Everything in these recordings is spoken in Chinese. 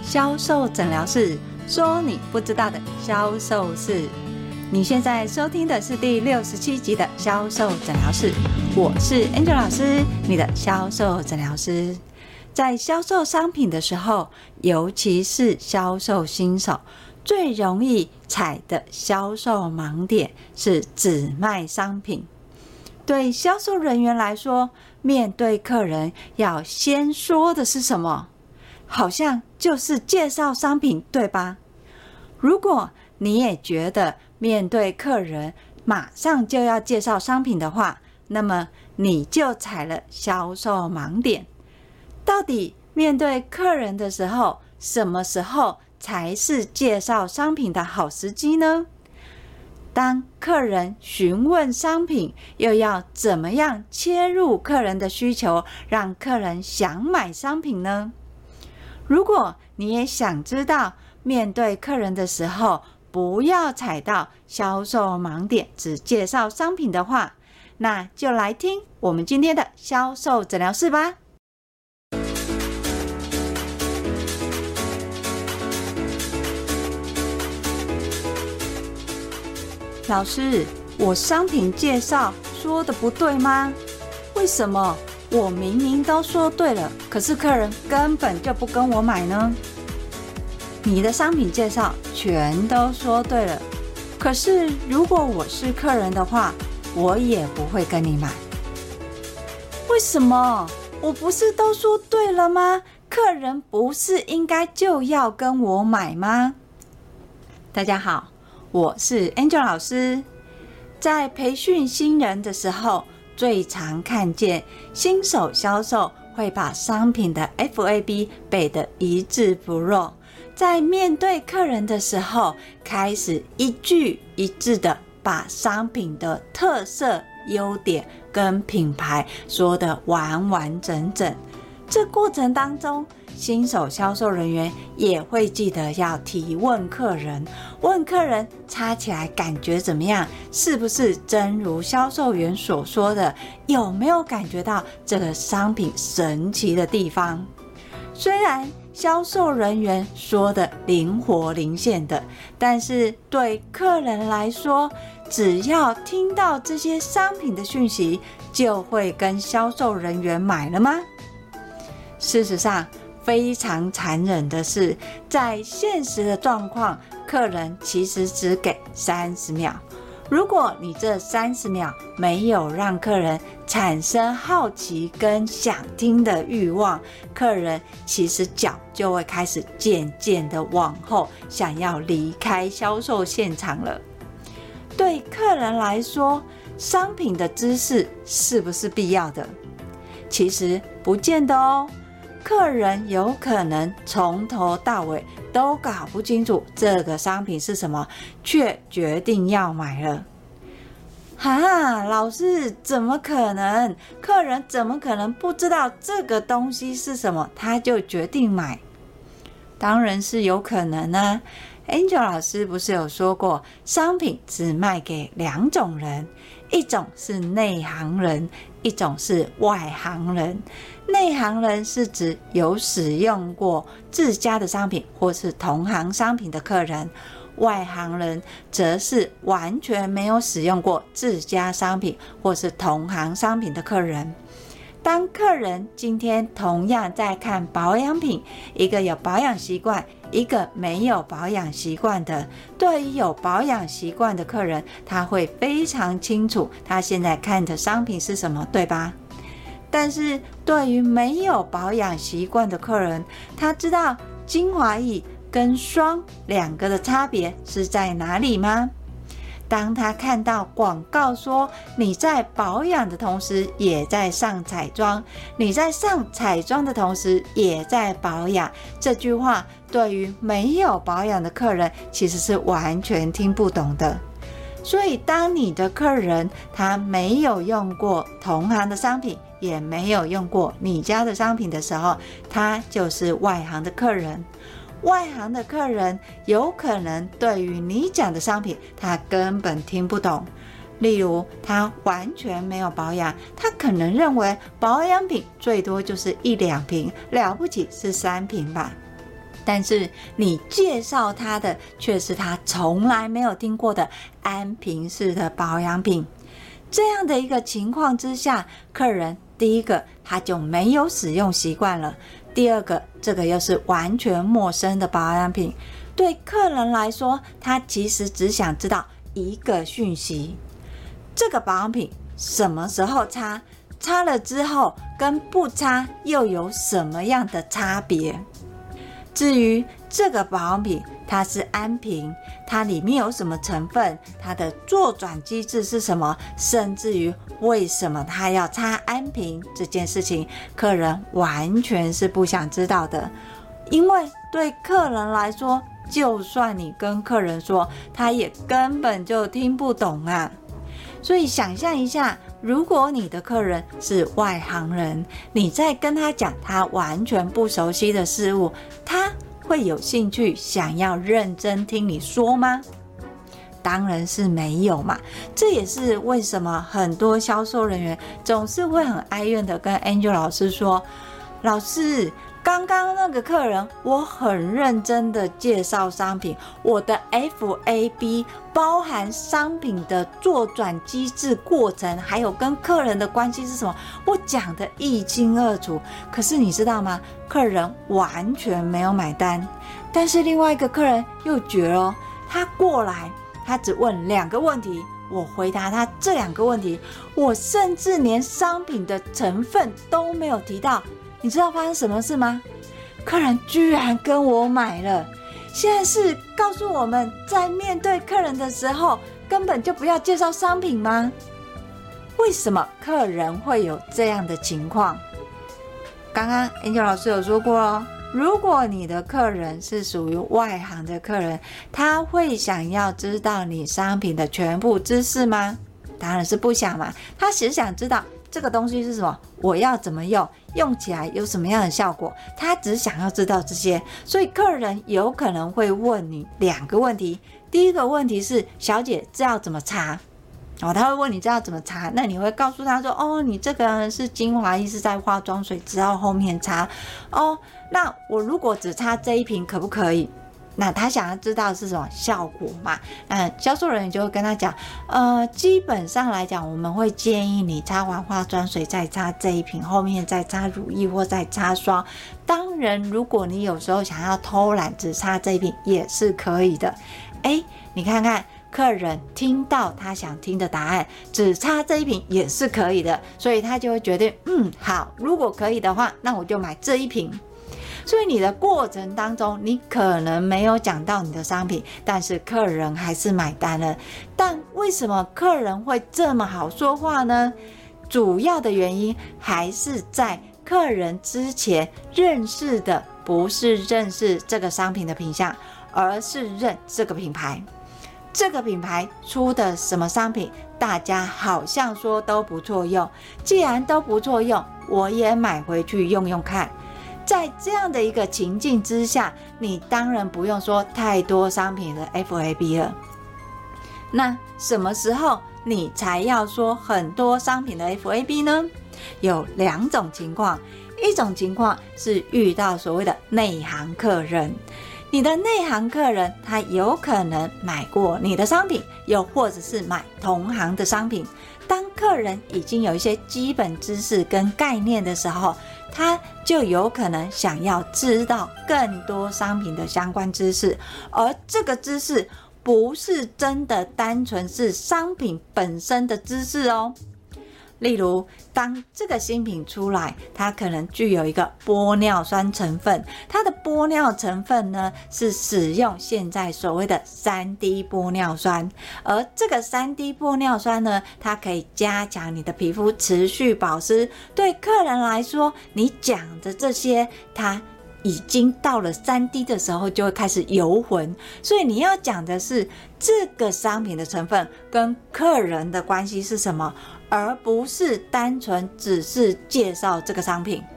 销售诊疗室，说你不知道的销售事。你现在收听的是第67集的销售诊疗室，我是 Angel 老师，你的销售诊疗师。在销售商品的时候，尤其是销售新手，最容易踩的销售盲点是只卖商品。对销售人员来说，面对客人要先说的是什么？好像就是介绍商品，对吧？如果你也觉得面对客人马上就要介绍商品的话，那么你就踩了销售盲点。到底面对客人的时候，什么时候才是介绍商品的好时机呢？当客人询问商品，又要怎么样切入客人的需求，让客人想买商品呢？如果你也想知道面对客人的时候不要踩到销售盲点，只介绍商品的话，那就来听我们今天的销售诊疗室吧。老师，我商品介绍说的不对吗？为什么我明明都说对了，可是客人根本就不跟我买呢？你的商品介绍全都说对了，可是如果我是客人的话，我也不会跟你买。为什么？我不是都说对了吗？客人不是应该就要跟我买吗？大家好，我是 Angel 老师。在培训新人的时候，最常看见新手销售会把商品的 FAB 背得一字不漏，在面对客人的时候，开始一句一字的把商品的特色、优点跟品牌说得完完整整。这过程当中，新手销售人员也会记得要提问客人，问客人擦起来感觉怎么样？是不是真如销售员所说的？有没有感觉到这个商品神奇的地方？虽然销售人员说的灵活灵现的，但是对客人来说，只要听到这些商品的讯息，就会跟销售人员买了吗？事实上，非常残忍的是，在现实的状况，客人其实只给30秒。如果你这30秒没有让客人产生好奇跟想听的欲望，客人其实脚就会开始渐渐的往后，想要离开销售现场了。对客人来说，商品的知识是不是必要的？其实不见得哦。客人有可能从头到尾都搞不清楚这个商品是什么，却决定要买了。老师，怎么可能？客人怎么可能不知道这个东西是什么，他就决定买？当然是有可能啊。Angel 老师不是有说过，商品只卖给2种人，一种是内行人，一种是外行人。内行人是指有使用过自家的商品或是同行商品的客人，外行人则是完全没有使用过自家商品或是同行商品的客人。当客人今天同样在看保养品，一个有保养习惯，一个没有保养习惯的，对于有保养习惯的客人，他会非常清楚他现在看的商品是什么，对吧？但是对于没有保养习惯的客人，他知道精华液跟霜2个的差别是在哪里吗？当他看到广告说你在保养的同时也在上彩妆，你在上彩妆的同时也在保养，这句话对于没有保养的客人其实是完全听不懂的。所以当你的客人他没有用过同行的商品，也没有用过你家的商品的时候，他就是外行的客人。外行的客人有可能对于你讲的商品他根本听不懂，例如他完全没有保养，他可能认为保养品最多就是1-2瓶，了不起是3瓶吧。 但是你介绍他的却是他从来没有听过的安瓶式的保养品。这样的一个情况之下，客人第一个他就没有使用习惯了，第二个这个又是完全陌生的保养品，对客人来说，他其实只想知道一个讯息，这个保养品什么时候擦，擦了之后跟不擦又有什么样的差别。至于这个保养品它是安瓶，它里面有什么成分，它的做转机制是什么，甚至于为什么它要擦安瓶这件事情，客人完全是不想知道的。因为对客人来说，就算你跟客人说，他也根本就听不懂啊。所以想象一下，如果你的客人是外行人，你在跟他讲他完全不熟悉的事物，他会有兴趣想要认真听你说吗？当然是没有嘛。这也是为什么很多销售人员总是会很哀怨的跟 Angel 老师说，老师，刚刚那个客人我很认真的介绍商品，我的 FAB 包含商品的做转机制过程，还有跟客人的关系是什么，我讲得一清二楚。可是你知道吗？客人完全没有买单。但是另外一个客人又绝了，他过来，他只问2个问题，我回答他这2个问题，我甚至连商品的成分都没有提到。你知道发生什么事吗？客人居然跟我买了。现在是告诉我们，在面对客人的时候，根本就不要介绍商品吗？为什么客人会有这样的情况？刚刚 Angel 老师有说过哦，如果你的客人是属于外行的客人，他会想要知道你商品的全部知识吗？当然是不想嘛。他只想知道这个东西是什么，我要怎么用，用起来有什么样的效果，他只想要知道这些。所以客人有可能会问你2个问题。第一个问题是，小姐，这要怎么擦？他会问你这要怎么擦，那你会告诉他说，你这个是精华液，是在化妆水之后后面擦。那我如果只擦这一瓶可不可以？那他想要知道是什么效果嘛？那销售人员就会跟他讲，基本上来讲，我们会建议你擦完化妆水再擦这一瓶，后面再擦乳液或再擦霜。当然，如果你有时候想要偷懒，只擦这一瓶也是可以的。你看看，客人听到他想听的答案，只擦这一瓶也是可以的，所以他就会决定，好，如果可以的话，那我就买这一瓶。所以你的过程当中，你可能没有讲到你的商品，但是客人还是买单了。但为什么客人会这么好说话呢？主要的原因还是在客人之前认识的不是认识这个商品的品项，而是认这个品牌。这个品牌出的什么商品，大家好像说都不错用，既然都不错用，我也买回去用用看。在这样的一个情境之下，你当然不用说太多商品的 FAB 了。那什么时候你才要说很多商品的 FAB 呢？有2种情况。一种情况是遇到所谓的内行客人，你的内行客人他有可能买过你的商品，又或者是买同行的商品。当客人已经有一些基本知识跟概念的时候，他就有可能想要知道更多商品的相关知识，而这个知识不是真的单纯是商品本身的知识哦。例如，当这个新品出来，它可能具有一个玻尿酸成分，它的玻尿成分呢是使用现在所谓的 3D 玻尿酸，而这个 3D 玻尿酸呢，它可以加强你的皮肤持续保湿。对客人来说，你讲的这些，它已经到了 3D 的时候就会开始游魂，所以你要讲的是这个商品的成分跟客人的关系是什么，而不是单纯只是介绍这个商品。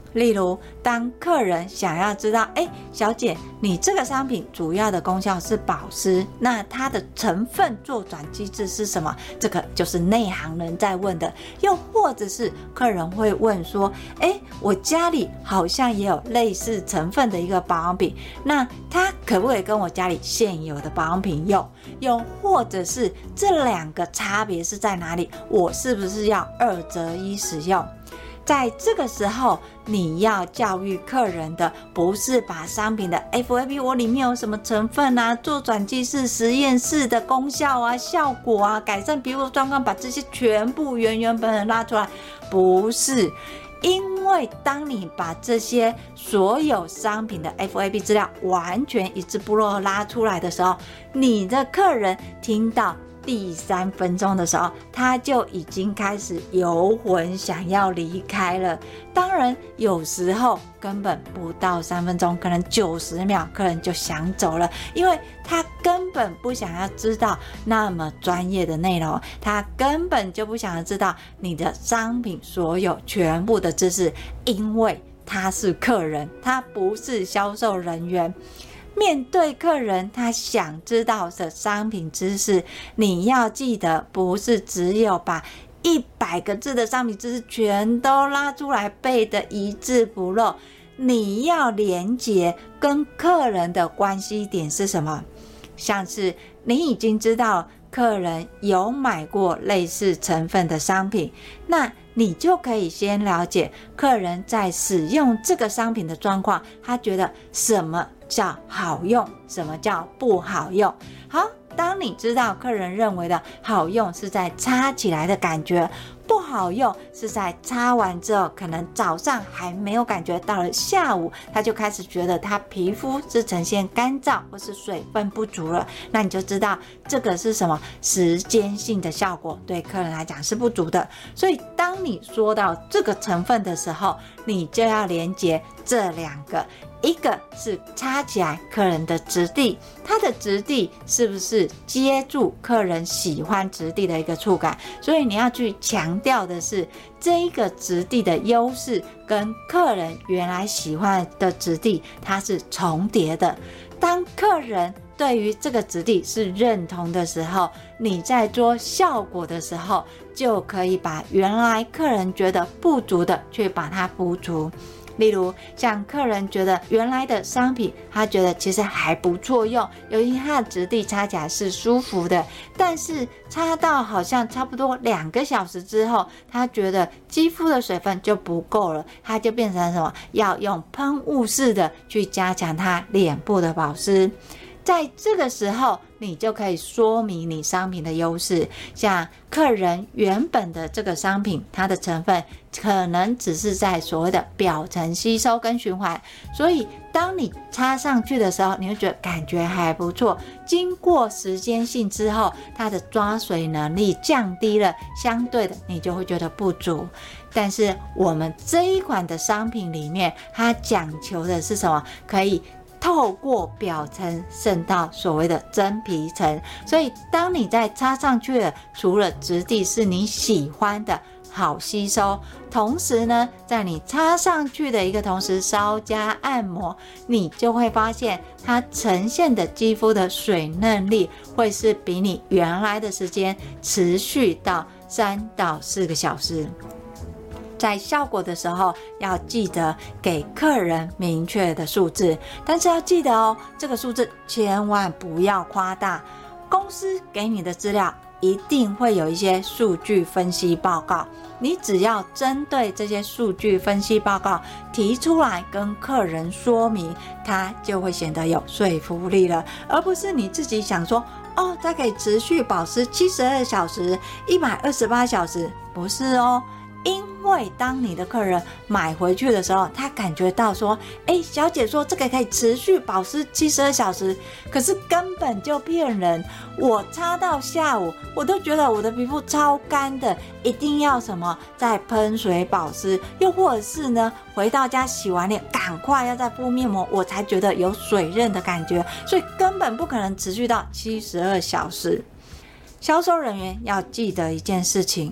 例如，当客人想要知道，小姐，你这个商品主要的功效是保湿，那它的成分做转机制是什么？这个就是内行人在问的。又或者是客人会问说，我家里好像也有类似成分的一个保养品，那它可不可以跟我家里现有的保养品用？又或者是这两个差别是在哪里？我是不是要2择1使用？在这个时候，你要教育客人的不是把商品的 FAB 我里面有什么成分啊，做转机式实验室的功效啊、效果啊、改善皮肤状况，把这些全部原本拉出来，不是。因为当你把这些所有商品的 FAB 资料完全一字不漏拉出来的时候，你的客人听到第3分钟的时候，他就已经开始游魂想要离开了。当然有时候根本不到3分钟，可能90秒客人就想走了，因为他根本不想要知道那么专业的内容，他根本就不想要知道你的商品所有全部的知识，因为他是客人，他不是销售人员。面对客人他想知道的商品知识，你要记得不是只有把100个字的商品知识全都拉出来背的一字不漏，你要连结跟客人的关系点是什么？像是你已经知道客人有买过类似成分的商品，那你就可以先了解客人在使用这个商品的状况，他觉得什么叫好用，什么叫不好用。好，当你知道客人认为的好用是在擦起来的感觉，不好用是在擦完之后可能早上还没有感觉，到了下午他就开始觉得他皮肤是呈现干燥或是水分不足了，那你就知道这个是什么时间性的效果，对客人来讲是不足的。所以当你说到这个成分的时候，你就要连接这2个，一个是擦起来客人的质地，它的质地是不是接住客人喜欢质地的一个触感，所以你要去强调的是这一个质地的优势跟客人原来喜欢的质地它是重叠的。当客人对于这个质地是认同的时候，你在做效果的时候就可以把原来客人觉得不足的去把它补足。例如像客人觉得原来的商品他觉得其实还不错用，由于它的质地擦起来是舒服的，但是擦到好像差不多2个小时之后，他觉得肌肤的水分就不够了，他就变成什么，要用喷雾式的去加强他脸部的保湿。在这个时候你就可以说明你商品的优势，像客人原本的这个商品它的成分可能只是在所谓的表层吸收跟循环，所以当你擦上去的时候你会觉得感觉还不错，经过时间性之后它的抓水能力降低了，相对的你就会觉得不足。但是我们这一款的商品里面它讲求的是什么？可以透过表层渗到所谓的真皮层，所以当你在擦上去了，除了质地是你喜欢的好吸收，同时呢在你擦上去的一个同时稍加按摩，你就会发现它呈现的肌肤的水嫩力会是比你原来的时间持续到3到4个小时。在效果的时候要记得给客人明确的数字，但是要记得哦，这个数字千万不要夸大。公司给你的资料一定会有一些数据分析报告，你只要针对这些数据分析报告提出来跟客人说明，它就会显得有说服力了，而不是你自己想说它可以持续保湿72小时128小时，不是哦。因为当你的客人买回去的时候，他感觉到说小姐说这个可以持续保湿72小时，可是根本就骗人，我擦到下午我都觉得我的皮肤超干的，一定要什么再喷水保湿，又或者是呢回到家洗完脸赶快要再敷面膜，我才觉得有水润的感觉，所以根本不可能持续到72小时。销售人员要记得一件事情，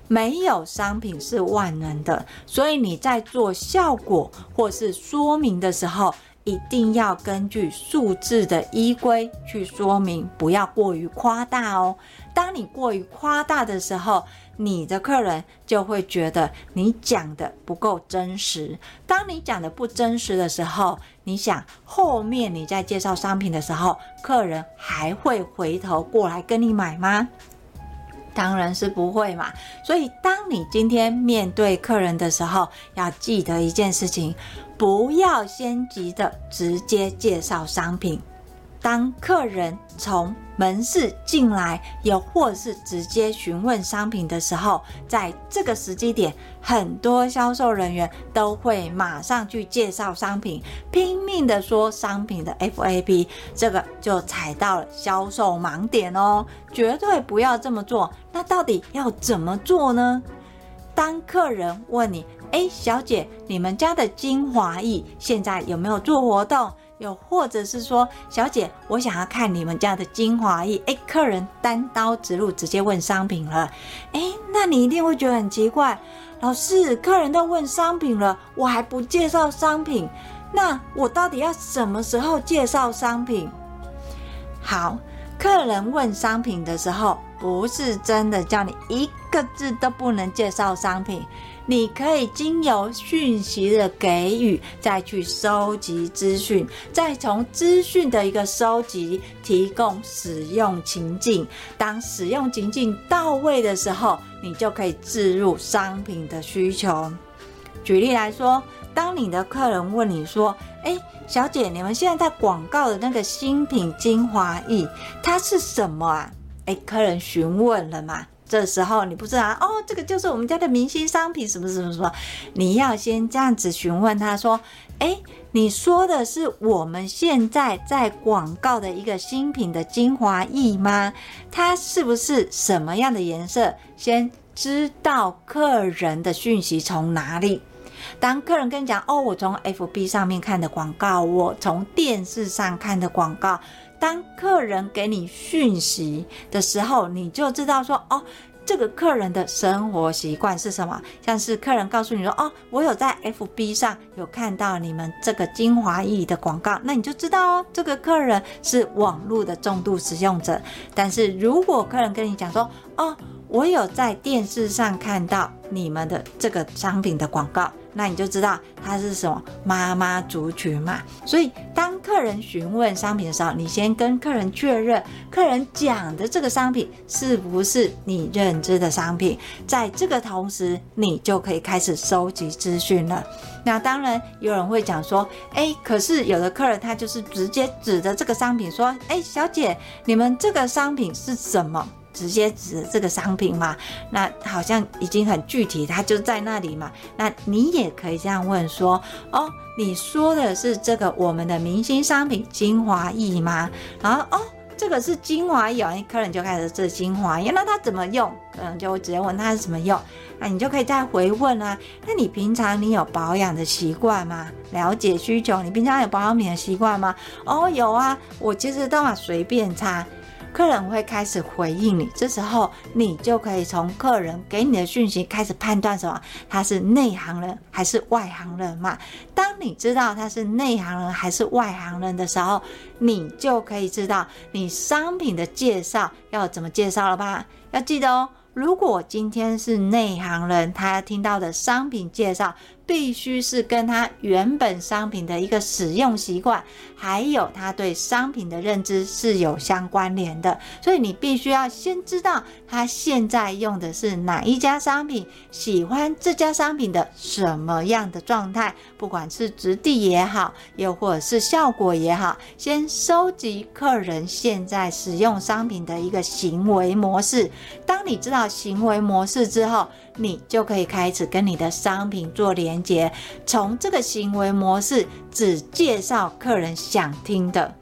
没有商品是万能的，所以你在做效果或是说明的时候，一定要根据数字的依规去说明，不要过于夸大哦。当你过于夸大的时候，你的客人就会觉得你讲的不够真实。当你讲的不真实的时候，你想后面你在介绍商品的时候，客人还会回头过来跟你买吗？当然是不会嘛。所以当你今天面对客人的时候，要记得一件事情，不要先急着直接介绍商品。当客人从门市进来，又或是直接询问商品的时候，在这个时机点，很多销售人员都会马上去介绍商品，拼命的说商品的 FAB， 这个就踩到了销售盲点哦，绝对不要这么做。那到底要怎么做呢？当客人问你，小姐，你们家的精华液现在有没有做活动？又或者是说，小姐，我想要看你们家的精华液，客人单刀直入直接问商品了，那你一定会觉得很奇怪，老师，客人都问商品了，我还不介绍商品，那我到底要什么时候介绍商品？好，客人问商品的时候，不是真的叫你一个字都不能介绍商品，你可以经由讯息的给予，再去收集资讯，再从资讯的一个收集提供使用情境。当使用情境到位的时候，你就可以置入商品的需求。举例来说，当你的客人问你说，小姐，你们现在在广告的那个新品精华液，它是什么啊？客人询问了嘛，这时候你不知道这个就是我们家的明星商品什么什么什么，你要先这样子询问他说，你说的是我们现在在广告的一个新品的精华液吗？它是不是什么样的颜色？先知道客人的讯息从哪里。当客人跟你讲我从 FB 上面看的广告，我从电视上看的广告，当客人给你讯息的时候，你就知道说这个客人的生活习惯是什么。像是客人告诉你说我有在 FB 上有看到你们这个精华液的广告，那你就知道这个客人是网络的重度使用者。但是如果客人跟你讲说我有在电视上看到你们的这个商品的广告，那你就知道它是什么妈妈族群嘛。所以当客人询问商品的时候，你先跟客人确认客人讲的这个商品是不是你认知的商品，在这个同时你就可以开始收集资讯了。那当然有人会讲说可是有的客人他就是直接指着这个商品说小姐，你们这个商品是什么？直接指这个商品嘛，那好像已经很具体，它就在那里嘛。那你也可以这样问说你说的是这个我们的明星商品精华液吗？然后这个是精华液客人就开始这精华液，那他怎么用？可能就会直接问他是怎么用，那你就可以再回问啊。那你平常你有保养的习惯吗？了解需求，你平常有保养品的习惯吗？有啊，我其实都随便擦。客人会开始回应你，这时候你就可以从客人给你的讯息开始判断什么，他是内行人还是外行人嘛。当你知道他是内行人还是外行人的时候，你就可以知道你商品的介绍要怎么介绍了吧。要记得如果今天是内行人，他听到的商品介绍必须是跟他原本商品的一个使用习惯，还有他对商品的认知是有相关联的。所以你必须要先知道他现在用的是哪一家商品，喜欢这家商品的什么样的状态，不管是质地也好，又或者是效果也好，先收集客人现在使用商品的一个行为模式。当你知道行为模式之后，你就可以开始跟你的商品做连结，从这个行为模式只介绍客人想听的。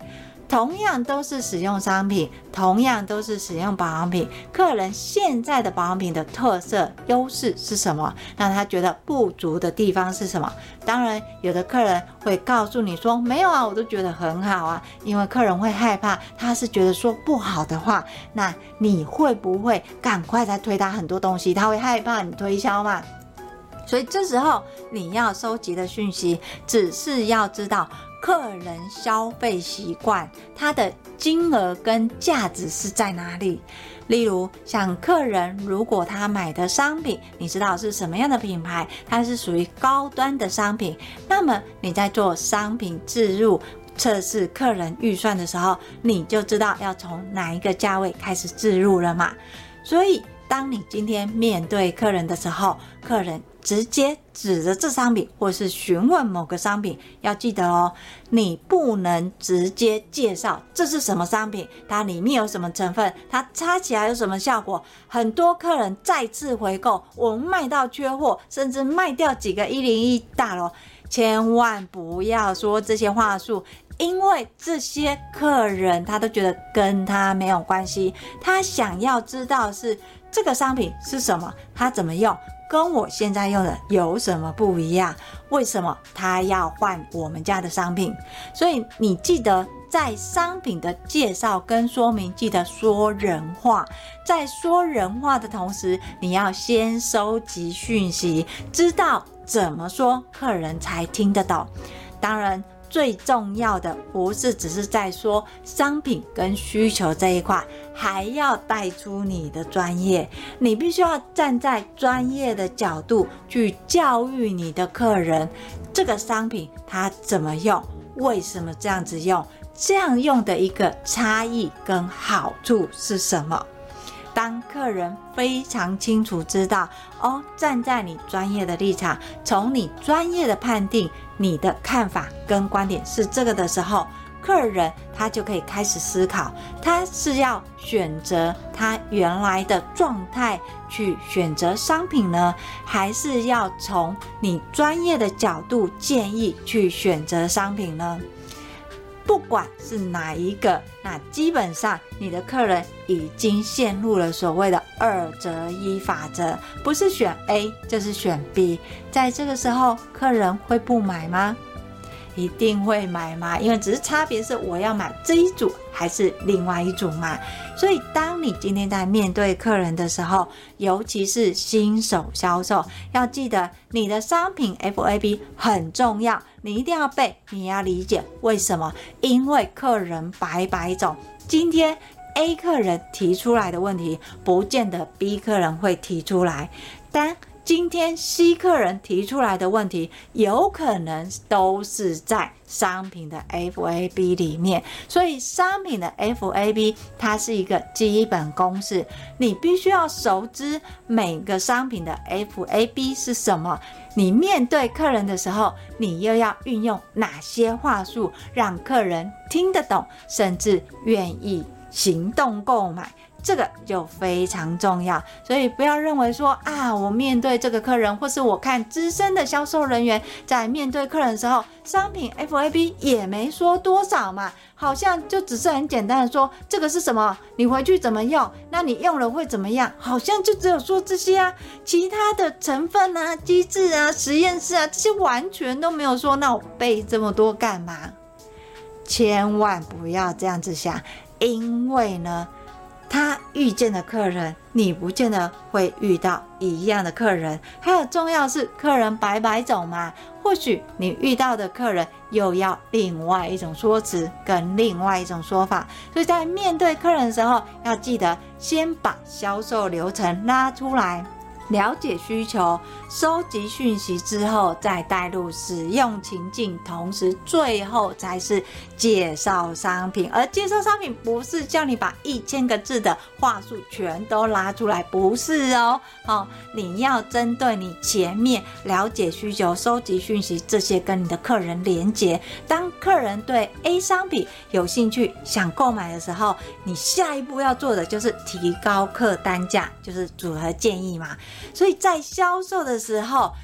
同样都是使用商品，同样都是使用保养品，客人现在的保养品的特色优势是什么？那他觉得不足的地方是什么？当然有的客人会告诉你说没有啊，我都觉得很好啊，因为客人会害怕他是觉得说不好的话，那你会不会赶快再推他很多东西？他会害怕你推销嘛？所以这时候你要收集的讯息只是要知道客人消费习惯，他的金额跟价值是在哪里。例如像客人如果他买的商品你知道是什么样的品牌，它是属于高端的商品，那么你在做商品置入测试客人预算的时候，你就知道要从哪一个价位开始置入了嘛。所以当你今天面对客人的时候，客人直接指着这商品或是询问某个商品，要记得哦，你不能直接介绍这是什么商品，它里面有什么成分，它擦起来有什么效果。很多客人再次回购，我们卖到缺货，甚至卖掉几个101大楼，千万不要说这些话术，因为这些客人他都觉得跟他没有关系，他想要知道是这个商品是什么，他怎么用，跟我现在用的有什么不一样，为什么他要换我们家的商品。所以你记得在商品的介绍跟说明记得说人话，在说人话的同时，你要先收集讯息，知道怎么说客人才听得懂。当然最重要的不是只是在说商品跟需求这一块，还要带出你的专业，你必须要站在专业的角度去教育你的客人，这个商品它怎么用，为什么这样子用，这样用的一个差异跟好处是什么。当客人非常清楚知道站在你专业的立场，从你专业的判定，你的看法跟观点是这个的时候，客人他就可以开始思考，他是要选择他原来的状态去选择商品呢，还是要从你专业的角度建议去选择商品呢？不管是哪一个，那基本上你的客人已经陷入了所谓的2择1法则，不是选 A 就是选 B。 在这个时候客人会不买吗？一定会买嘛，因为只是差别是我要买这一组还是另外一组嘛。所以当你今天在面对客人的时候，尤其是新手销售，要记得你的商品 FAB 很重要，你一定要背，你要理解为什么。因为客人百百种，今天 A 客人提出来的问题不见得 B 客人会提出来，但今天 C 客人提出来的问题有可能都是在商品的 FAB 里面。所以商品的 FAB 它是一个基本公式，你必须要熟知每个商品的 FAB 是什么，你面对客人的时候，你又要运用哪些话术让客人听得懂，甚至愿意行动购买，这个就非常重要。所以不要认为说我面对这个客人，或是我看资深的销售人员在面对客人的时候，商品 FAB 也没说多少嘛，好像就只是很简单的说这个是什么，你回去怎么用，那你用了会怎么样，好像就只有说这些啊，其他的成分啊、机制啊、实验室啊，这些完全都没有说，那我背这么多干嘛？千万不要这样子想，因为呢他遇见的客人你不见得会遇到一样的客人，还有重要是客人百百种嘛，或许你遇到的客人又要另外一种说辞跟另外一种说法。所以在面对客人的时候，要记得先把销售流程拉出来，了解需求，收集讯息之后再带入使用情境，同时最后才是介绍商品。而介绍商品不是叫你把1000个字的话术全都拉出来，不是你要针对你前面了解需求、收集讯息这些跟你的客人连结。当客人对 A 商品有兴趣想购买的时候，你下一步要做的就是提高客单价，就是组合建议嘛。所以在销售的时候，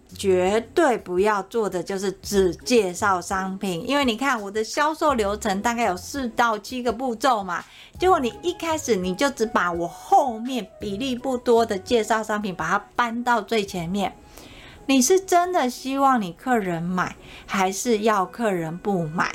绝对不要做的就是只介绍商品，因为你看我的销售流程大概有4到7个步骤嘛，结果你一开始你就只把我后面比例不多的介绍商品把它搬到最前面，你是真的希望你客人买，还是要客人不买？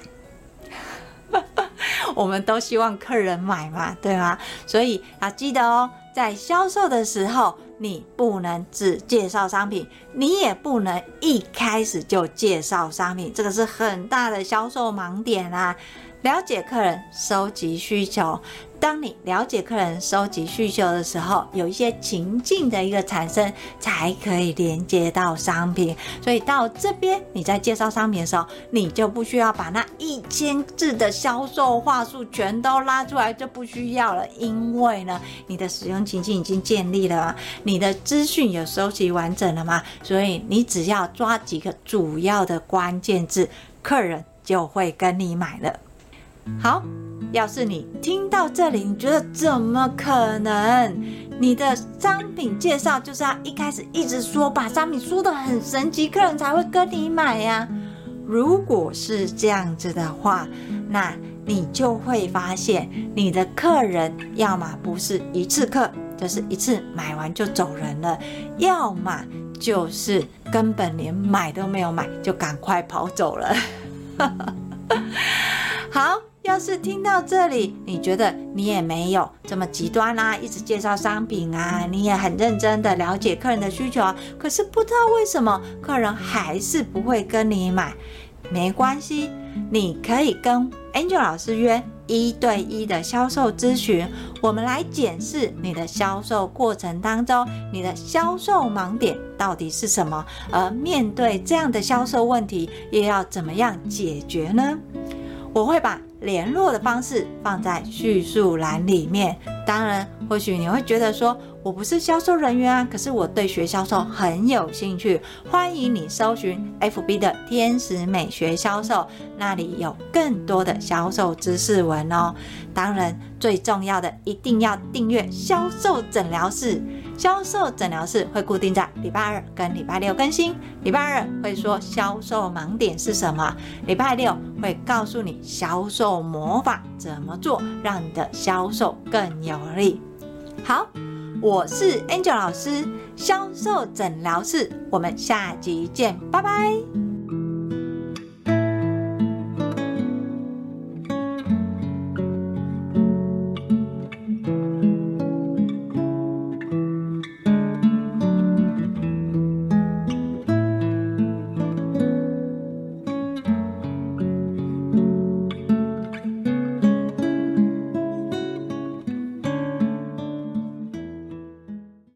我们都希望客人买嘛，对吗？所以要记得哦，在销售的时候，你不能只介绍商品，你也不能一开始就介绍商品，这个是很大的销售盲点啊。了解客人，收集需求。当你了解客人收集需求的时候，有一些情境的一个产生，才可以连接到商品。所以到这边你在介绍商品的时候，你就不需要把那1000字的销售话术全都拉出来，就不需要了，因为呢，你的使用情境已经建立了嘛，你的资讯有收集完整了嘛，所以你只要抓几个主要的关键字，客人就会跟你买了。好，要是你听到这里，你觉得怎么可能？你的商品介绍就是要一开始一直说，把商品说得很神奇，客人才会跟你买呀。如果是这样子的话，那你就会发现你的客人要么不是一次客，就是一次买完就走人了，要么就是根本连买都没有买，就赶快跑走了。好，要是听到这里，你觉得你也没有这么极端啊，一直介绍商品啊，你也很认真的了解客人的需求啊，可是不知道为什么客人还是不会跟你买，没关系，你可以跟 Angel 老师约1对1的销售咨询，我们来检视你的销售过程当中，你的销售盲点到底是什么，而面对这样的销售问题，又要怎么样解决呢？我会把联络的方式放在叙述栏里面。当然，或许你会觉得说，我不是销售人员啊，可是我对学销售很有兴趣。欢迎你搜寻 FB 的天使美学销售，那里有更多的销售知识文哦。当然，最重要的一定要订阅销售诊疗室。销售诊疗室会固定在礼拜2跟礼拜6更新。礼拜2会说销售盲点是什么，礼拜6会告诉你销售魔法怎么做，让你的销售更有力。好，我是 Angel 老师，销售诊疗室，我们下集见，拜拜。